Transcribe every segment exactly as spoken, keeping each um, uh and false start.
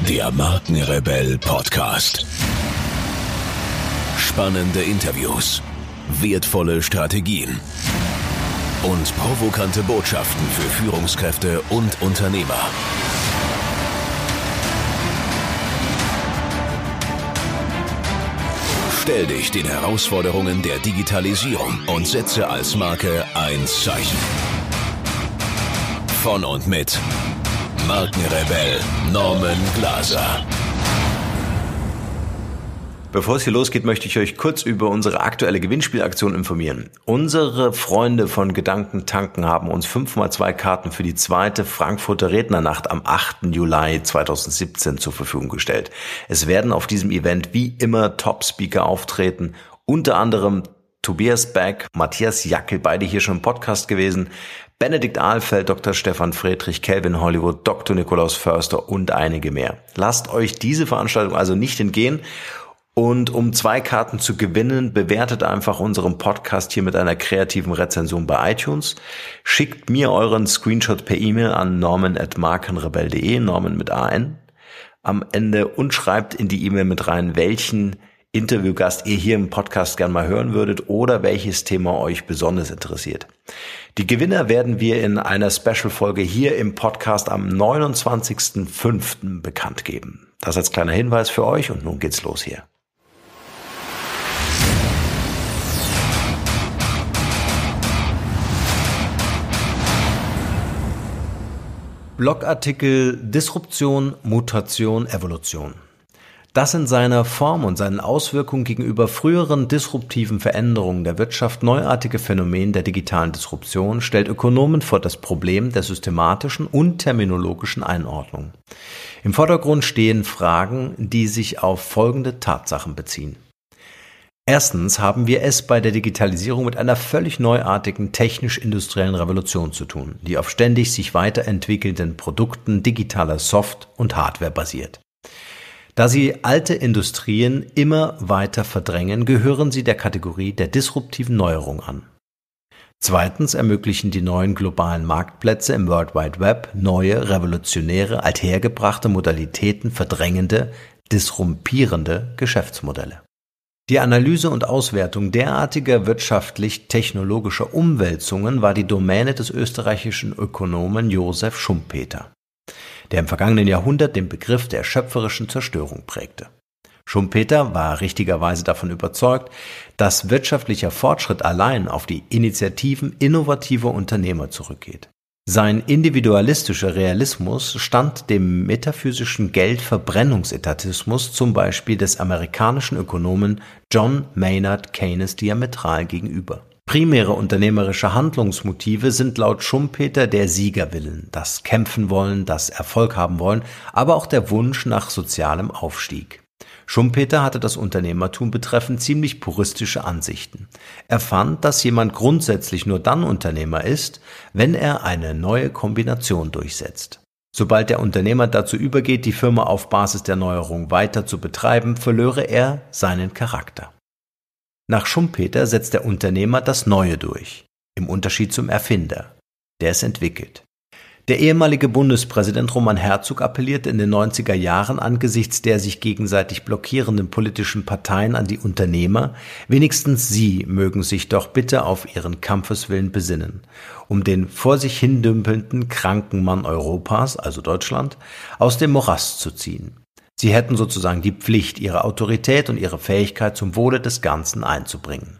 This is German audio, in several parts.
Der Markenrebell Podcast. Spannende Interviews, wertvolle Strategien und provokante Botschaften für Führungskräfte und Unternehmer. Stell dich den Herausforderungen der Digitalisierung und setze als Marke ein Zeichen. Von und mit Markenrebell Norman Glaser. Bevor es hier losgeht, möchte ich euch kurz über unsere aktuelle Gewinnspielaktion informieren. Unsere Freunde von Gedankentanken haben uns fünf mal zwei Karten für die zweite Frankfurter Rednernacht am achten Juli zweitausendsiebzehn zur Verfügung gestellt. Es werden auf diesem Event wie immer Top-Speaker auftreten, unter anderem Tobias Beck, Matthias Jackel, beide hier schon im Podcast gewesen, Benedikt Ahlfeld, Doktor Stefan Friedrich, Calvin Hollywood, Doktor Nikolaus Förster und einige mehr. Lasst euch diese Veranstaltung also nicht entgehen. Und um zwei Karten zu gewinnen, bewertet einfach unseren Podcast hier mit einer kreativen Rezension bei iTunes. Schickt mir euren Screenshot per E-Mail an norman at markenrebell punkt de, Norman mit A N, am Ende und schreibt in die E-Mail mit rein, welchen Interviewgast ihr hier im Podcast gern mal hören würdet oder welches Thema euch besonders interessiert. Die Gewinner werden wir in einer Special-Folge hier im Podcast am neunundzwanzigsten fünften bekannt geben. Das als kleiner Hinweis für euch und nun geht's los hier. Blogartikel Disruption, Mutation, Evolution. Dass in seiner Form und seinen Auswirkungen gegenüber früheren disruptiven Veränderungen der Wirtschaft neuartige Phänomen der digitalen Disruption stellt Ökonomen vor das Problem der systematischen und terminologischen Einordnung. Im Vordergrund stehen Fragen, die sich auf folgende Tatsachen beziehen. Erstens haben wir es bei der Digitalisierung mit einer völlig neuartigen technisch-industriellen Revolution zu tun, die auf ständig sich weiterentwickelnden Produkten digitaler Soft- und Hardware basiert. Da sie alte Industrien immer weiter verdrängen, gehören sie der Kategorie der disruptiven Neuerung an. Zweitens ermöglichen die neuen globalen Marktplätze im World Wide Web neue, revolutionäre, althergebrachte Modalitäten verdrängende, disrumpierende Geschäftsmodelle. Die Analyse und Auswertung derartiger wirtschaftlich-technologischer Umwälzungen war die Domäne des österreichischen Ökonomen Josef Schumpeter, der im vergangenen Jahrhundert den Begriff der schöpferischen Zerstörung prägte. Schumpeter war richtigerweise davon überzeugt, dass wirtschaftlicher Fortschritt allein auf die Initiativen innovativer Unternehmer zurückgeht. Sein individualistischer Realismus stand dem metaphysischen Geldverbrennungsetatismus zum Beispiel des amerikanischen Ökonomen John Maynard Keynes diametral gegenüber. Primäre unternehmerische Handlungsmotive sind laut Schumpeter der Siegerwillen, das Kämpfen wollen, das Erfolg haben wollen, aber auch der Wunsch nach sozialem Aufstieg. Schumpeter hatte das Unternehmertum betreffend ziemlich puristische Ansichten. Er fand, dass jemand grundsätzlich nur dann Unternehmer ist, wenn er eine neue Kombination durchsetzt. Sobald der Unternehmer dazu übergeht, die Firma auf Basis der Neuerung weiter zu betreiben, verlöre er seinen Charakter. Nach Schumpeter setzt der Unternehmer das Neue durch, im Unterschied zum Erfinder, der es entwickelt. Der ehemalige Bundespräsident Roman Herzog appellierte in den neunziger Jahren angesichts der sich gegenseitig blockierenden politischen Parteien an die Unternehmer, wenigstens sie mögen sich doch bitte auf ihren Kampfeswillen besinnen, um den vor sich hindümpelnden kranken Mann Europas, also Deutschland, aus dem Morast zu ziehen. Sie hätten sozusagen die Pflicht, ihre Autorität und ihre Fähigkeit zum Wohle des Ganzen einzubringen.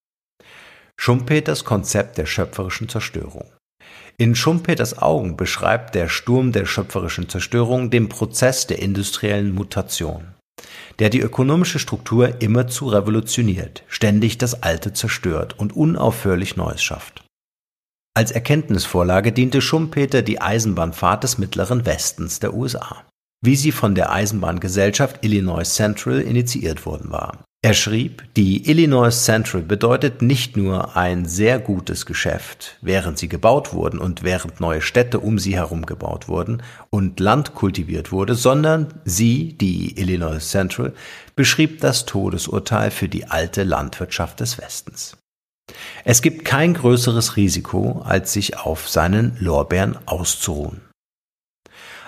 Schumpeters Konzept der schöpferischen Zerstörung. In Schumpeters Augen beschreibt der Sturm der schöpferischen Zerstörung den Prozess der industriellen Mutation, der die ökonomische Struktur immerzu revolutioniert, ständig das Alte zerstört und unaufhörlich Neues schafft. Als Erkenntnisvorlage diente Schumpeter die Eisenbahnfahrt des Mittleren Westens der U S A, wie sie von der Eisenbahngesellschaft Illinois Central initiiert worden war. Er schrieb, die Illinois Central bedeutet nicht nur ein sehr gutes Geschäft, während sie gebaut wurden und während neue Städte um sie herum gebaut wurden und Land kultiviert wurde, sondern sie, die Illinois Central, beschrieb das Todesurteil für die alte Landwirtschaft des Westens. Es gibt kein größeres Risiko, als sich auf seinen Lorbeeren auszuruhen.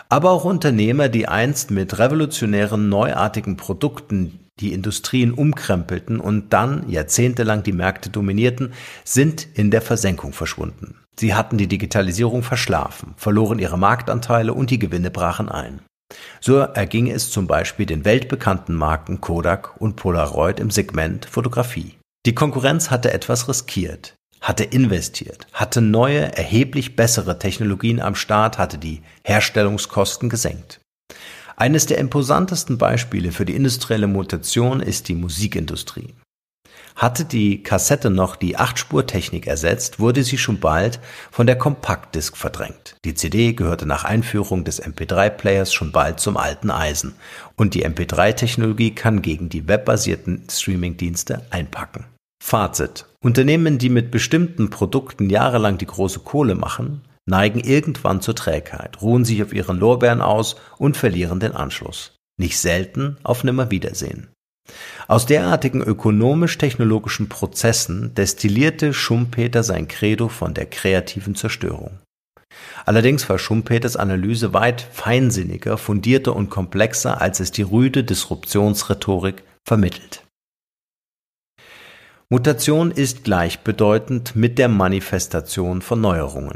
Aber auch Unternehmer, die einst mit revolutionären, neuartigen Produkten die Industrien umkrempelten und dann jahrzehntelang die Märkte dominierten, sind in der Versenkung verschwunden. Sie hatten die Digitalisierung verschlafen, verloren ihre Marktanteile und die Gewinne brachen ein. So erging es zum Beispiel den weltbekannten Marken Kodak und Polaroid im Segment Fotografie. Die Konkurrenz hatte etwas riskiert, hatte investiert, hatte neue, erheblich bessere Technologien am Start, hatte die Herstellungskosten gesenkt. Eines der imposantesten Beispiele für die industrielle Mutation ist die Musikindustrie. Hatte die Kassette noch die acht-Spur-Technik ersetzt, wurde sie schon bald von der Kompaktdisk verdrängt. Die C D gehörte nach Einführung des M P drei Players schon bald zum alten Eisen und die M P drei Technologie kann gegen die webbasierten Streaming-Dienste einpacken. Fazit: Unternehmen, die mit bestimmten Produkten jahrelang die große Kohle machen, neigen irgendwann zur Trägheit, ruhen sich auf ihren Lorbeeren aus und verlieren den Anschluss. Nicht selten auf Nimmerwiedersehen. Aus derartigen ökonomisch-technologischen Prozessen destillierte Schumpeter sein Credo von der kreativen Zerstörung. Allerdings war Schumpeters Analyse weit feinsinniger, fundierter und komplexer, als es die rüde Disruptionsrhetorik vermittelt. Mutation ist gleichbedeutend mit der Manifestation von Neuerungen.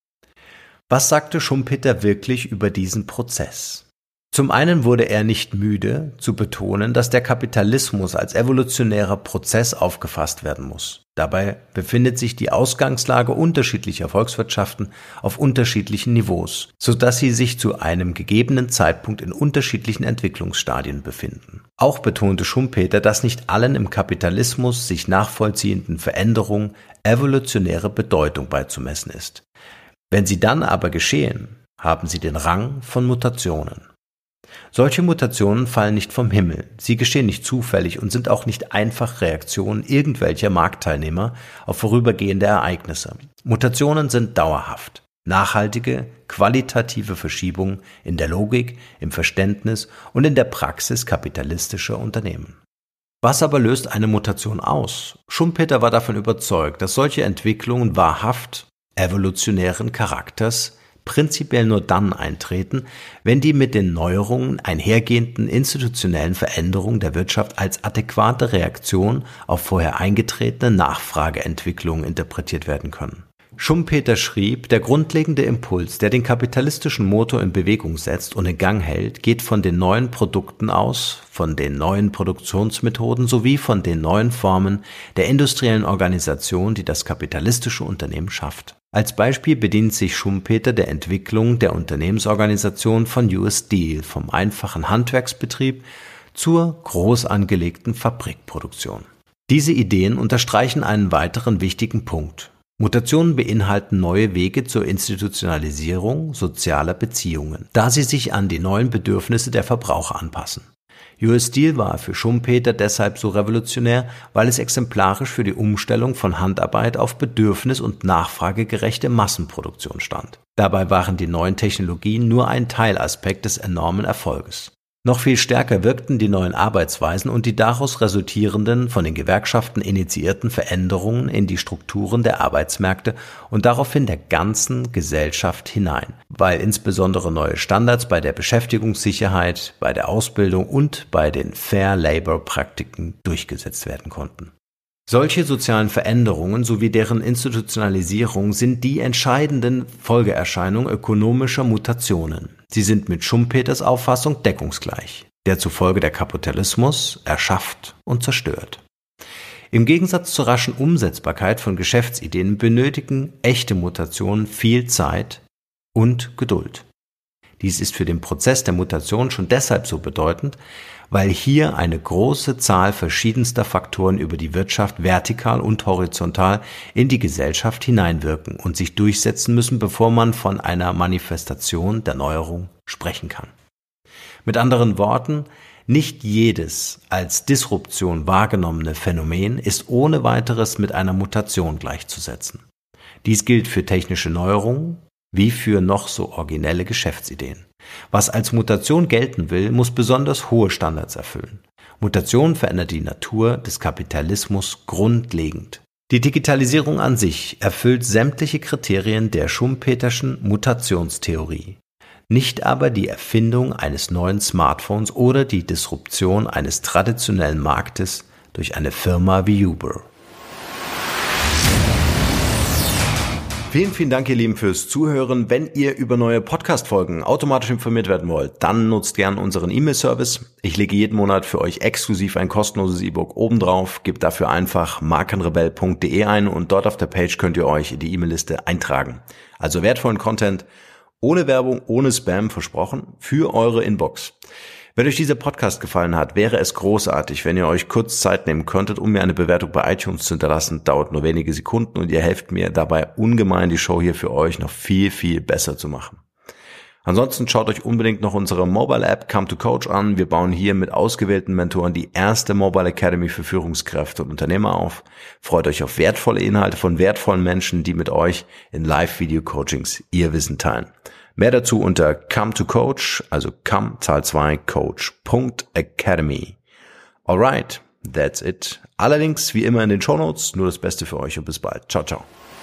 Was sagte Schumpeter wirklich über diesen Prozess? Zum einen wurde er nicht müde, zu betonen, dass der Kapitalismus als evolutionärer Prozess aufgefasst werden muss. Dabei befindet sich die Ausgangslage unterschiedlicher Volkswirtschaften auf unterschiedlichen Niveaus, sodass sie sich zu einem gegebenen Zeitpunkt in unterschiedlichen Entwicklungsstadien befinden. Auch betonte Schumpeter, dass nicht allen im Kapitalismus sich nachvollziehenden Veränderungen evolutionäre Bedeutung beizumessen ist. Wenn sie dann aber geschehen, haben sie den Rang von Mutationen. Solche Mutationen fallen nicht vom Himmel, sie geschehen nicht zufällig und sind auch nicht einfach Reaktionen irgendwelcher Marktteilnehmer auf vorübergehende Ereignisse. Mutationen sind dauerhaft, nachhaltige, qualitative Verschiebungen in der Logik, im Verständnis und in der Praxis kapitalistischer Unternehmen. Was aber löst eine Mutation aus? Schumpeter war davon überzeugt, dass solche Entwicklungen wahrhaft evolutionären Charakters prinzipiell nur dann eintreten, wenn die mit den Neuerungen einhergehenden institutionellen Veränderungen der Wirtschaft als adäquate Reaktion auf vorher eingetretene Nachfrageentwicklungen interpretiert werden können. Schumpeter schrieb, der grundlegende Impuls, der den kapitalistischen Motor in Bewegung setzt und in Gang hält, geht von den neuen Produkten aus, von den neuen Produktionsmethoden sowie von den neuen Formen der industriellen Organisation, die das kapitalistische Unternehmen schafft. Als Beispiel bedient sich Schumpeter der Entwicklung der Unternehmensorganisation von U S Steel vom einfachen Handwerksbetrieb zur groß angelegten Fabrikproduktion. Diese Ideen unterstreichen einen weiteren wichtigen Punkt. Mutationen beinhalten neue Wege zur Institutionalisierung sozialer Beziehungen, da sie sich an die neuen Bedürfnisse der Verbraucher anpassen. U S Steel war für Schumpeter deshalb so revolutionär, weil es exemplarisch für die Umstellung von Handarbeit auf bedürfnis- und nachfragegerechte Massenproduktion stand. Dabei waren die neuen Technologien nur ein Teilaspekt des enormen Erfolges. Noch viel stärker wirkten die neuen Arbeitsweisen und die daraus resultierenden, von den Gewerkschaften initiierten Veränderungen in die Strukturen der Arbeitsmärkte und daraufhin der ganzen Gesellschaft hinein, weil insbesondere neue Standards bei der Beschäftigungssicherheit, bei der Ausbildung und bei den Fair Labor Praktiken durchgesetzt werden konnten. Solche sozialen Veränderungen sowie deren Institutionalisierung sind die entscheidenden Folgeerscheinungen ökonomischer Mutationen. Sie sind mit Schumpeters Auffassung deckungsgleich, der zufolge der Kapitalismus erschafft und zerstört. Im Gegensatz zur raschen Umsetzbarkeit von Geschäftsideen benötigen echte Mutationen viel Zeit und Geduld. Dies ist für den Prozess der Mutation schon deshalb so bedeutend, weil hier eine große Zahl verschiedenster Faktoren über die Wirtschaft vertikal und horizontal in die Gesellschaft hineinwirken und sich durchsetzen müssen, bevor man von einer Manifestation der Neuerung sprechen kann. Mit anderen Worten, nicht jedes als Disruption wahrgenommene Phänomen ist ohne weiteres mit einer Mutation gleichzusetzen. Dies gilt für technische Neuerungen wie für noch so originelle Geschäftsideen. Was als Mutation gelten will, muss besonders hohe Standards erfüllen. Mutation verändert die Natur des Kapitalismus grundlegend. Die Digitalisierung an sich erfüllt sämtliche Kriterien der Schumpeterschen Mutationstheorie. nicht aber die Erfindung eines neuen Smartphones oder die Disruption eines traditionellen Marktes durch eine Firma wie Uber. Vielen, vielen Dank, ihr Lieben, fürs Zuhören. Wenn ihr über neue Podcast-Folgen automatisch informiert werden wollt, dann nutzt gerne unseren E-Mail-Service. Ich lege jeden Monat für euch exklusiv ein kostenloses E-Book obendrauf. Gebt dafür einfach markenrebell punkt de ein und dort auf der Page könnt ihr euch in die E-Mail-Liste eintragen. Also wertvollen Content, ohne Werbung, ohne Spam, versprochen, für eure Inbox. Wenn euch dieser Podcast gefallen hat, wäre es großartig, wenn ihr euch kurz Zeit nehmen könntet, um mir eine Bewertung bei iTunes zu hinterlassen. Dauert nur wenige Sekunden und ihr helft mir dabei ungemein, die Show hier für euch noch viel, viel besser zu machen. Ansonsten schaut euch unbedingt noch unsere Mobile App Come to Coach an. Wir bauen hier mit ausgewählten Mentoren die erste Mobile Academy für Führungskräfte und Unternehmer auf. Freut euch auf wertvolle Inhalte von wertvollen Menschen, die mit euch in Live-Video-Coachings ihr Wissen teilen. Mehr dazu unter Come to Coach, also come, Zahl zwei, coach punkt academy. Alright, that's it. Allerdings wie immer in den Shownotes, nur das Beste für euch und bis bald. Ciao, ciao.